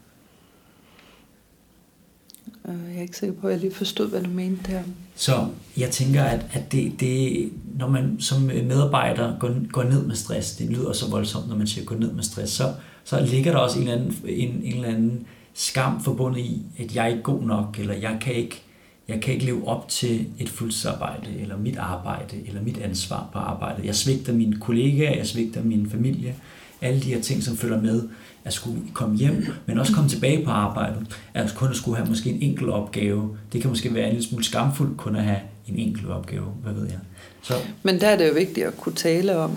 Jeg er ikke sikker på, at jeg lige forstod, hvad du mente der. Så jeg tænker, at det når man som medarbejder går ned med stress, det lyder så voldsomt, når man siger gå ned med stress, så ligger der også en eller anden skam forbundet i, at jeg er ikke god nok, eller jeg kan ikke leve op til et fuldtidsarbejde, eller mit arbejde, eller mit ansvar på arbejdet. Jeg svigter mine kollegaer, jeg svigter min familie, alle de her ting, som følger med, at skulle komme hjem, men også komme tilbage på arbejdet, at kun at skulle have måske en enkelt opgave. Det kan måske være en lille smule skamfuldt kun at have en enkelt opgave, hvad ved jeg. Så. Men der er det jo vigtigt at kunne tale om,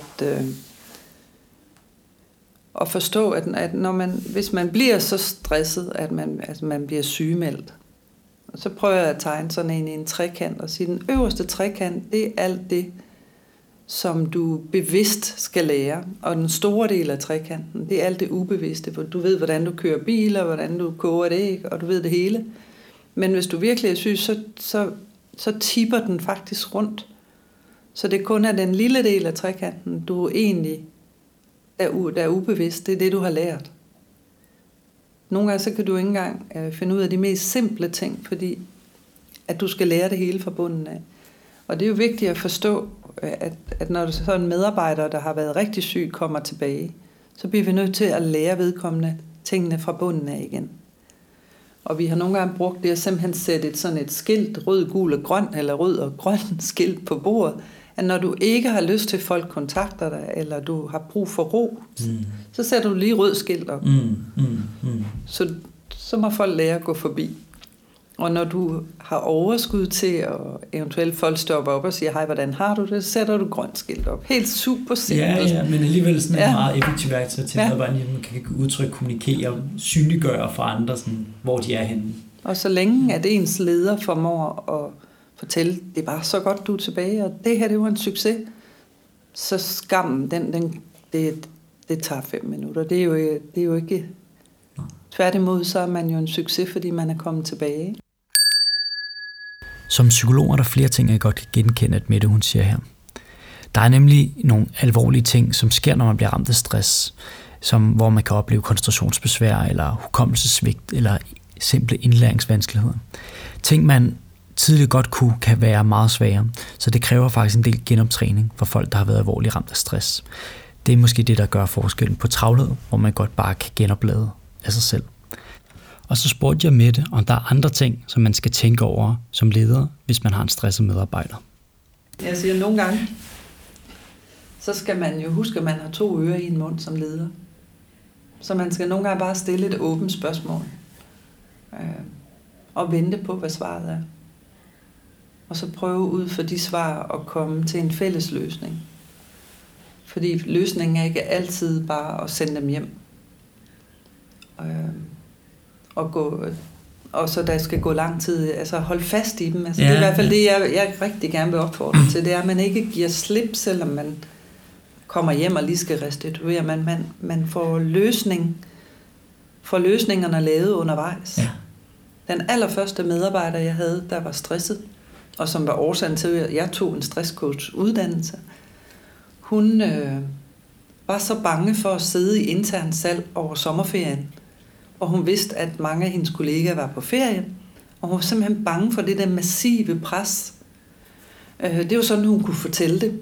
at forstå, at hvis man bliver så stresset, at man bliver sygemeldt, så prøver jeg at tegne sådan en trekant og sige, den øverste trekant, det er alt det, som du bevidst skal lære. Og den store del af trekanten, det er alt det ubevidste. For du ved, hvordan du kører bil, og hvordan du koger et æg, og du ved det hele. Men hvis du virkelig er syg, så tipper den faktisk rundt. Så det kun er den lille del af trekanten, du egentlig der er ubevidst. Det er det, du har lært. Nogle gange så kan du ikke engang finde ud af de mest simple ting, fordi at du skal lære det hele fra bunden af. Og det er jo vigtigt at forstå, at når så en medarbejder, der har været rigtig syg, kommer tilbage, så bliver vi nødt til at lære vedkommende tingene fra bunden af igen. Og vi har nogle gange brugt det at simpelthen sætte sådan et skilt, rød, gul og grøn, eller rød og grøn skilt på bordet, at når du ikke har lyst til, at folk kontakter dig, eller du har brug for ro, så sætter du lige rød skilt op. Så må folk lære at gå forbi. Og når du har overskud til, at eventuelt folk stopper op og siger, hej, hvordan har du det, så sætter du grønt skilt op. Helt super simpelt. Ja, men alligevel sådan et meget effektivt værktøj til, at man kan udtrykke, kommunikere, synliggøre for andre, sådan, hvor de er henne. Og så længe at ens leder formår at fortælle, det er bare så godt, du er tilbage, og det her, det var en succes, så skammen, det tager 5 minutter. Det er jo ikke... Tværtimod, så er man jo en succes, fordi man er kommet tilbage. Som psykolog er der flere ting, jeg godt kan genkende, at Mette hun siger her. Der er nemlig nogle alvorlige ting, som sker, når man bliver ramt af stress, hvor man kan opleve koncentrationsbesvær, eller hukommelsessvigt, eller simple indlæringsvanskeligheder. Ting, man tidligere godt kan være meget svære, så det kræver faktisk en del genoptræning for folk, der har været alvorligt ramt af stress. Det er måske det, der gør forskellen på travlhed, hvor man godt bare kan genoplade af sig selv. Og så spurgte jeg Mette, om der er andre ting, som man skal tænke over som leder, hvis man har en stresset medarbejder. Jeg siger, nogle gange, så skal man jo huske, at man har 2 ører i en mund som leder. Så man skal nogle gange bare stille et åbent spørgsmål. Og vente på, hvad svaret er. Og så prøve ud for de svar at komme til en fælles løsning. Fordi løsningen er ikke altid bare at sende dem hjem. Og så der skal gå lang tid, altså hold fast i dem. Altså, det er i hvert fald det, jeg rigtig gerne vil opfordre til, det er, at man ikke giver slip, selvom man kommer hjem og lige skal restituere. Man får løsningerne lavet undervejs. Ja. Den allerførste medarbejder, jeg havde, der var stresset, og som var årsagen til, at jeg tog en stresscoach-uddannelse, hun var så bange for at sidde i intern salg over sommerferien, og hun vidste, at mange af hendes kollegaer var på ferie, og hun var simpelthen bange for det der massive pres. Det var sådan, hun kunne fortælle det.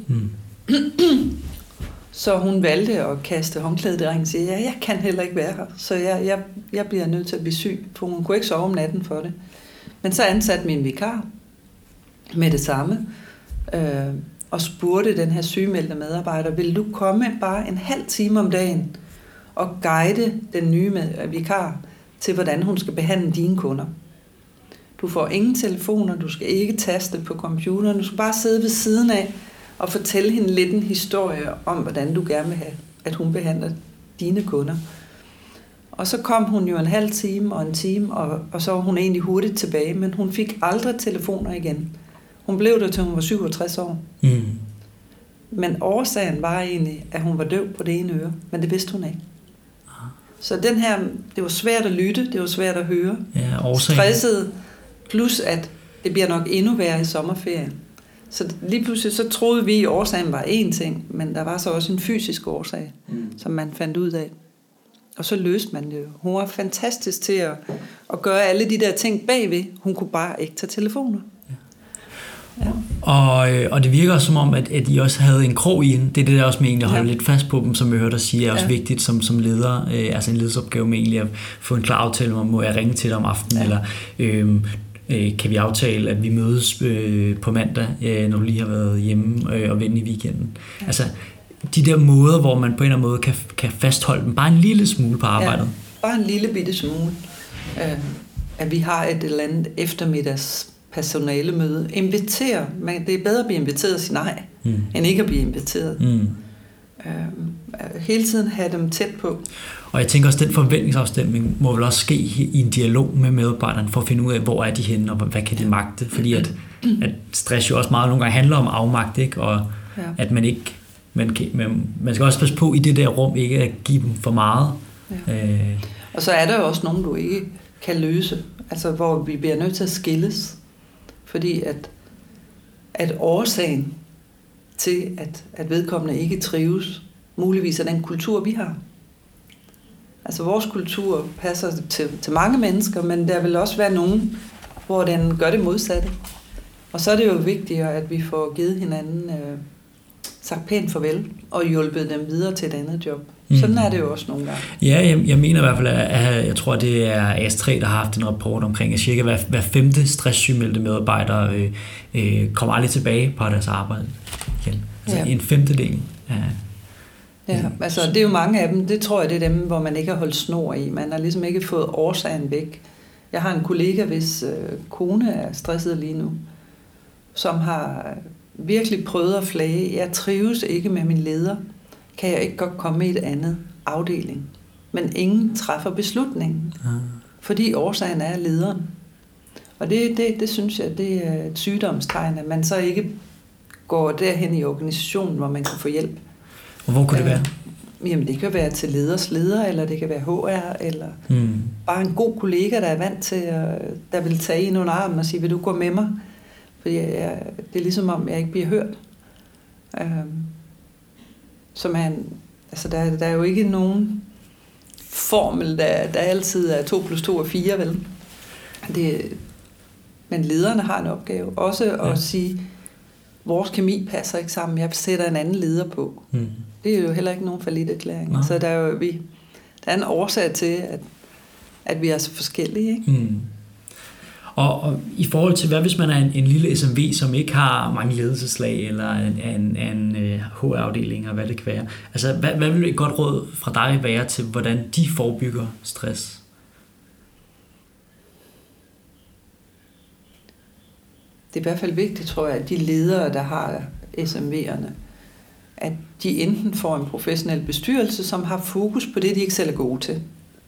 Så hun valgte at kaste håndklædet i ringen og sige, jeg kan heller ikke være her, så jeg bliver nødt til at blive syg, for hun kunne ikke sove om natten for det. Men så ansatte min vikar med det samme, og spurgte den her sygemeldte medarbejder, vil du komme bare en halv time om dagen og guide den nye vikar til, hvordan hun skal behandle dine kunder. Du får ingen telefoner, du skal ikke taste på computeren, du skal bare sidde ved siden af og fortælle hende lidt en historie om, hvordan du gerne vil have, at hun behandler dine kunder. Og så kom hun jo en halv time og en time, og så var hun egentlig hurtigt tilbage, men hun fik aldrig telefoner igen. Hun blev der til hun var 67 år. Men årsagen var egentlig, at hun var døv på det ene øre, men det vidste hun ikke. Så den her, det var svært at lytte, det var svært at høre. Ja, stresset, plus at det bliver nok endnu værre i sommerferien. Så lige pludselig så troede vi, at årsagen var én ting, men der var så også en fysisk årsag, som man fandt ud af. Og så løste man det jo. Hun var fantastisk til at gøre alle de der ting bagved. Hun kunne bare ikke tage telefoner. Ja. Og det virker også som om, at I også havde en krog i en. Det er det der også med egentlig at holde lidt fast på dem, som jeg hørte dig sige, er også vigtigt som leder. Altså en ledelsesopgave med egentlig at få en klar aftale om, må jeg ringe til dig om aftenen, eller kan vi aftale, at vi mødes på mandag, når du lige har været hjemme og vende i weekenden. Ja. Altså de der måder, hvor man på en eller anden måde kan fastholde dem bare en lille smule på arbejdet. Ja, bare en lille bitte smule. At vi har et eller andet eftermiddags personalemøde. Inviter. Det er bedre at blive inviteret og sige nej, end ikke at blive inviteret. Hele tiden have dem tæt på. Og jeg tænker også, den forventningsafstemning må vel også ske i en dialog med medarbejderne, for at finde ud af, hvor er de henne, og hvad kan de magte. Fordi at stress jo også meget nogle gange handler om afmagt, ikke? Og at man ikke... Man skal også passe på i det der rum, ikke at give dem for meget. Ja. Og så er der jo også nogen, du ikke kan løse. Altså, hvor vi bliver nødt til at skilles. Fordi at årsagen til, at vedkommende ikke trives, muligvis er den kultur, vi har. Altså vores kultur passer til mange mennesker, men der vil også være nogen, hvor den gør det modsatte. Og så er det jo vigtigere, at vi får givet hinanden sagt pænt farvel og hjulpet dem videre til et andet job. Sådan er det jo også nogle gange. Ja, jeg mener i hvert fald, at jeg tror, det er AS3, der har haft en rapport omkring, at cirka hver 5. stresssygemeldte medarbejder kommer aldrig tilbage på deres arbejde igen. Altså en 5/del. Ja, altså det er jo mange af dem, det tror jeg, det er dem, hvor man ikke har holdt snor i. Man har ligesom ikke fået årsagen væk. Jeg har en kollega, hvis kone er stresset lige nu, som har virkelig prøvet at flage. Jeg trives ikke med min leder. Kan jeg ikke godt komme i et andet afdeling? Men ingen træffer beslutningen, fordi årsagen er lederen. Og det synes jeg, det er et sygdomstegn, at man så ikke går derhen i organisationen, hvor man kan få hjælp. Og hvor kunne det være? Jamen det kan være til leders leder, eller det kan være HR, eller bare en god kollega, der er vant til, der vil tage en under armen og sige, vil du gå med mig? Fordi det er ligesom om, jeg ikke bliver hørt. Altså der er jo ikke nogen formel, der altid er 2 + 2 er 4, vel? Men lederne har en opgave. Også at sige, vores kemi passer ikke sammen, jeg sætter en anden leder på. Det er jo heller ikke nogen falliterklæring. Så der er en årsag til, at vi er så forskellige, ikke? Og i forhold til, hvad hvis man er en lille SMV, som ikke har mange ledelseslag, eller en HR-afdeling, og hvad det kan være. Altså, hvad vil et godt råd fra dig være til, hvordan de forebygger stress? Det er i hvert fald vigtigt, tror jeg, at de ledere, der har SMV'erne, at de enten får en professionel bestyrelse, som har fokus på det, de ikke selv er gode til.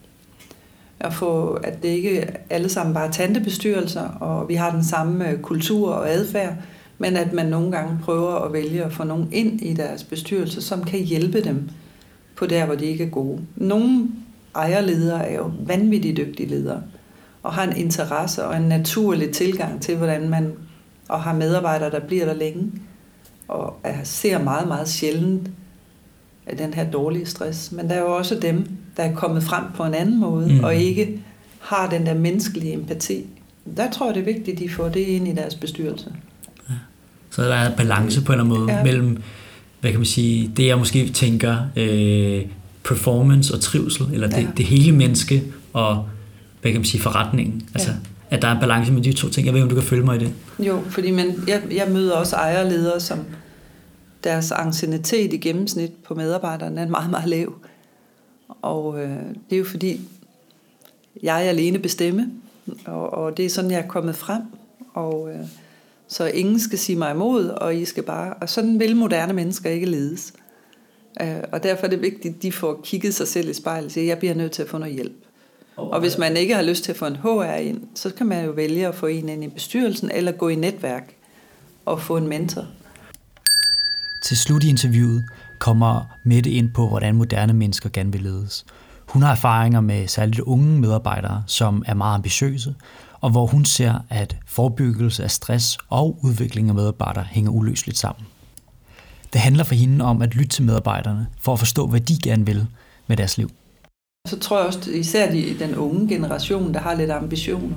At det ikke alle sammen bare er tantebestyrelser, og vi har den samme kultur og adfærd, men at man nogle gange prøver at vælge at få nogen ind i deres bestyrelse, som kan hjælpe dem på der, hvor de ikke er gode. Nogle ejerledere er jo vanvittigt dygtige ledere, og har en interesse og en naturlig tilgang til, hvordan man og har medarbejdere, der bliver der længe, og ser meget, meget sjældent af den her dårlige stress. Men der er jo også dem, der er kommet frem på en anden måde, og ikke har den der menneskelige empati. Der tror jeg, det er vigtigt, at de får det ind i deres bestyrelse. Ja. Så der er balance på en eller anden måde mellem, hvad kan man sige, det jeg måske tænker, performance og trivsel, eller det hele menneske, og hvad kan man sige, forretningen. Altså, at der er en balance med de to ting. Jeg ved ikke, om du kan følge mig i det. Jo, fordi jeg møder også ejerledere, som deres anciennitet i gennemsnit på medarbejderne er meget, meget lav. Og det er jo fordi, jeg er alene bestemme, og det er sådan, jeg er kommet frem. Og så ingen skal sige mig imod, og I skal bare... Og sådan vil moderne mennesker ikke ledes. Og derfor er det vigtigt, at de får kigget sig selv i spejlet og siger, jeg bliver nødt til at få noget hjælp. Og hvis man ikke har lyst til at få en HR ind, så kan man jo vælge at få en ind i bestyrelsen, eller gå i netværk og få en mentor. Til slut i interviewet kommer Mette ind på, hvordan moderne mennesker gerne vil ledes. Hun har erfaringer med særligt unge medarbejdere, som er meget ambitiøse, og hvor hun ser, at forebyggelse af stress og udvikling af medarbejdere hænger uløseligt sammen. Det handler for hende om at lytte til medarbejderne, for at forstå, hvad de gerne vil med deres liv. Så tror jeg også, især den unge generation, der har lidt ambitioner.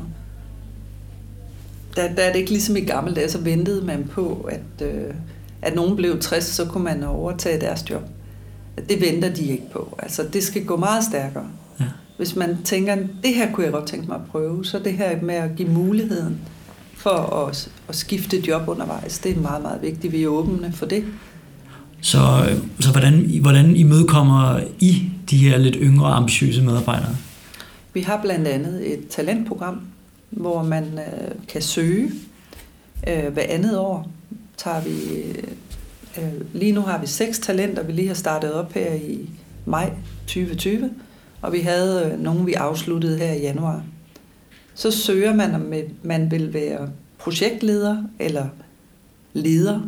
Der er det ikke ligesom i gamle dage, så ventede man på, at nogen blev 60, så kunne man overtage deres job. Det venter de ikke på. Altså, det skal gå meget stærkere. Ja. Hvis man tænker, det her kunne jeg godt tænke mig at prøve, så det her med at give muligheden for at skifte job undervejs, det er meget, meget vigtigt. Vi er åbne for det. Så hvordan imødekommer I de her lidt yngre og ambitiøse medarbejdere? Vi har blandt andet et talentprogram, hvor man kan søge. Hver andet år tager vi... Lige nu har vi 6 talenter, vi lige har startet op her i maj 2020, og vi havde nogle, vi afsluttede her i januar. Så søger man, om man vil være projektleder eller leder,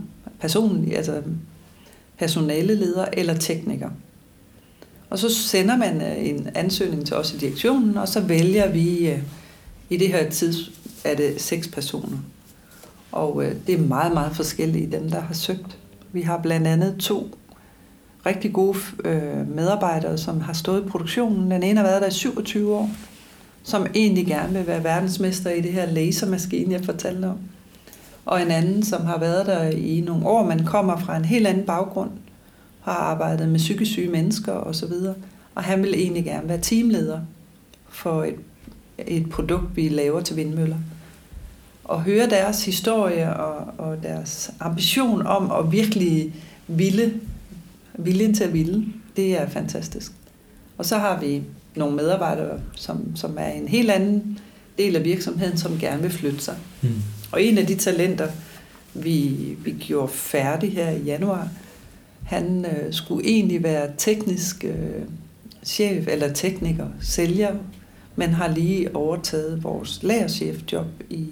personaleleder eller tekniker. Og så sender man en ansøgning til os i direktionen, og så vælger vi i det her er det 6 personer. Og det er meget, meget forskellige dem, der har søgt. Vi har blandt andet 2 rigtig gode medarbejdere, som har stået i produktionen. Den ene har været der i 27 år, som egentlig gerne vil være verdensmester i det her lasermaskine, jeg fortalte om. Og en anden, som har været der i nogle år, men kommer fra en helt anden baggrund, har arbejdet med psykisk syge mennesker osv. Og han vil egentlig gerne være teamleder for et produkt, vi laver til vindmøller. Og høre deres historie og deres ambition om at virkelig viljen til at ville, det er fantastisk. Og så har vi nogle medarbejdere, som er en helt anden del af virksomheden, som gerne vil flytte sig. Og en af de talenter, vi gjorde færdig her i januar, han skulle egentlig være teknisk chef eller tekniker, sælger, men har lige overtaget vores lagerchefjob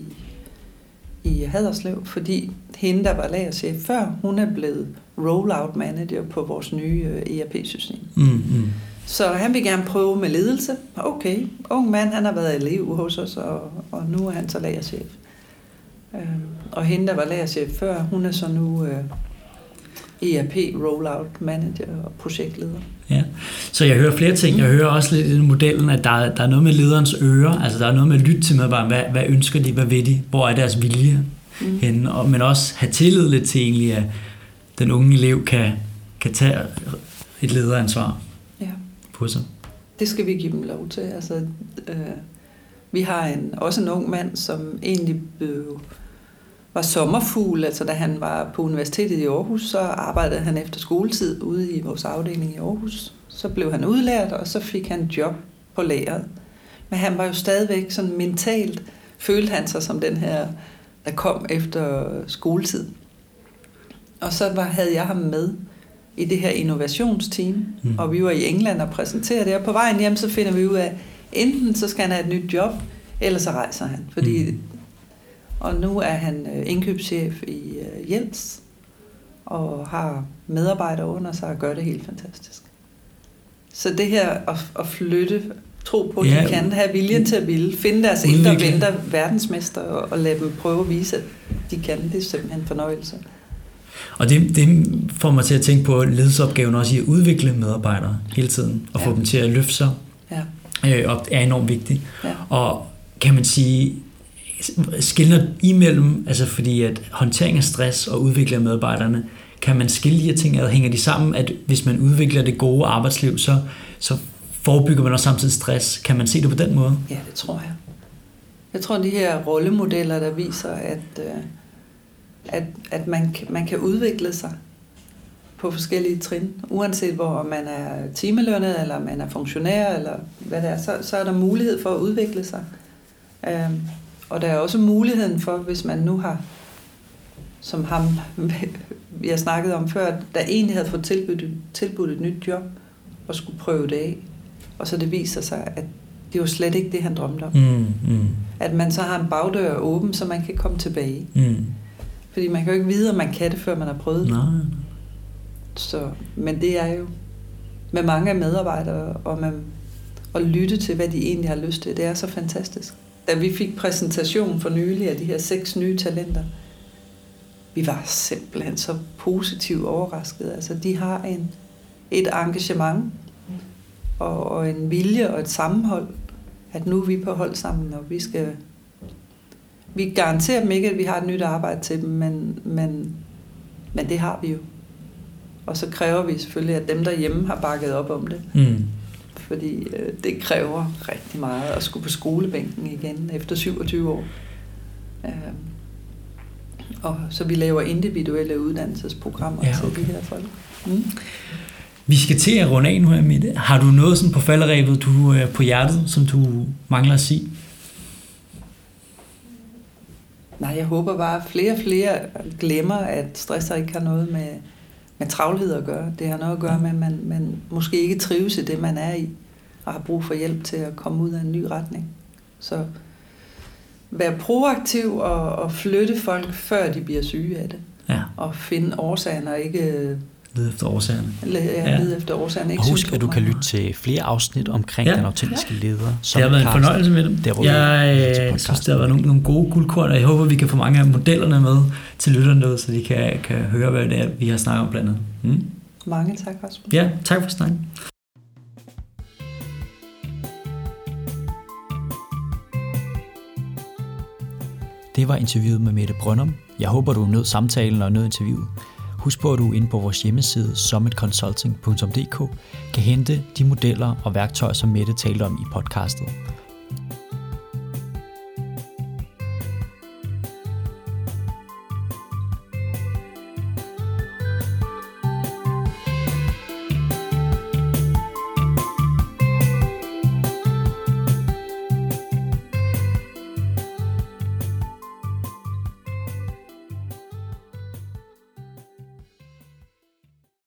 i Haderslev, fordi hende, der var lagerchef før, hun er blevet rollout manager på vores nye ERP-system. Så han vil gerne prøve med ledelse. Okay, ung mand, han har været elev hos os, og nu er han så lagerchef. Og hende, der var lagerchef før, hun er så nu ERP rollout manager og projektleder. Ja, så jeg hører flere ting. Jeg hører også lidt i den modellen, at der er noget med lederens ører, altså der er noget med at lytte til medarbejderne. Hvad ønsker de, hvad ved de, hvor er deres vilje henne, men også have tillid lidt til egentlig, at den unge elev kan tage et lederansvar på sig. Det skal vi give dem lov til. Altså, vi har også en ung mand, som egentlig var sommerfugl, altså da han var på universitetet i Aarhus, så arbejdede han efter skoletid ude i vores afdeling i Aarhus. Så blev han udlært, og så fik han job på lageret. Men han var jo stadigvæk sådan mentalt, følte han sig som den her, der kom efter skoletid. Og så havde jeg ham med i det her innovationsteam, og vi var i England og præsenterede det, og på vejen hjem, så finder vi ud af, enten så skal han have et nyt job, eller så rejser han, fordi og nu er han indkøbschef i Jens, og har medarbejdere under sig og gør det helt fantastisk. Så det her at flytte, tro på, at de kan have viljen til at ville, finde deres indre venter verdensmester og lade dem prøve at vise, at de kan, det er simpelthen en fornøjelse. Og det får mig til at tænke på ledelsesopgaven også i at udvikle medarbejdere hele tiden, og få dem til at løfte sig, og er enormt vigtigt. Ja. Og kan man sige, skiller imellem, altså fordi at håndtering af stress og udvikling af medarbejderne, kan man skille de her ting, eller hænger de sammen, at hvis man udvikler det gode arbejdsliv, så forebygger man også samtidig stress. Kan man se det på den måde? Ja, det tror jeg. Jeg tror, de her rollemodeller, der viser, at man kan udvikle sig på forskellige trin, uanset hvor man er timelønnet, eller man er funktionær, eller hvad det er, så er der mulighed for at udvikle sig. Og der er også muligheden for, hvis man nu har, som ham, vi har snakket om før, der egentlig havde fået tilbudt et nyt job, og skulle prøve det af, og så det viser sig, at det var slet ikke det, han drømte om. At man så har en bagdør åben, så man kan komme tilbage. Fordi man kan jo ikke vide, om man kan det, før man har prøvet det. Så, men det er jo med mange medarbejdere, og at lytte til, hvad de egentlig har lyst til, det er så fantastisk. Da vi fik præsentation for nylig af de her 6 nye talenter, vi var simpelthen så positivt overrasket. Altså, de har et engagement og en vilje og et sammenhold, at nu er vi på hold sammen, og vi garanterer dem ikke, at vi har et nyt arbejde til dem, men det har vi jo. Og så kræver vi selvfølgelig, at dem derhjemme har bakket op om det. Fordi det kræver rigtig meget at skulle på skolebænken igen efter 27 år. Og så vi laver individuelle uddannelsesprogrammer til de her folk. Vi skal til at runde af nu her, Mette. Har du noget sådan på falderebet, du på hjertet, som du mangler at sige? Nej, jeg håber bare, at flere og flere glemmer, at stress ikke har noget med travlhed at gøre. Det har noget at gøre med, at man måske ikke trives i det, man er i, og har brug for hjælp til at komme ud af en ny retning. Så vær proaktiv og flytte folk, før de bliver syge af det. Ja. Og finde årsagerne, og ikke lede efter årsagerne. Lede efter årsagerne. Og husk, at du kan lytte til flere afsnit omkring den autentiske leder. Det har været en fornøjelse med dem. Jeg synes, der har været nogle gode guldkorn, og jeg håber, vi kan få mange af modellerne med til lytterne, så de kan høre, hvad det er, vi har snakket om blandt andet. Mange tak, Rasmus. Ja, tak for snakken. Det var interviewet med Mette Brøndum. Jeg håber, du nød samtalen og nød interviewet. Husk på, at du inde på vores hjemmeside summitconsulting.dk kan hente de modeller og værktøjer, som Mette talte om i podcastet.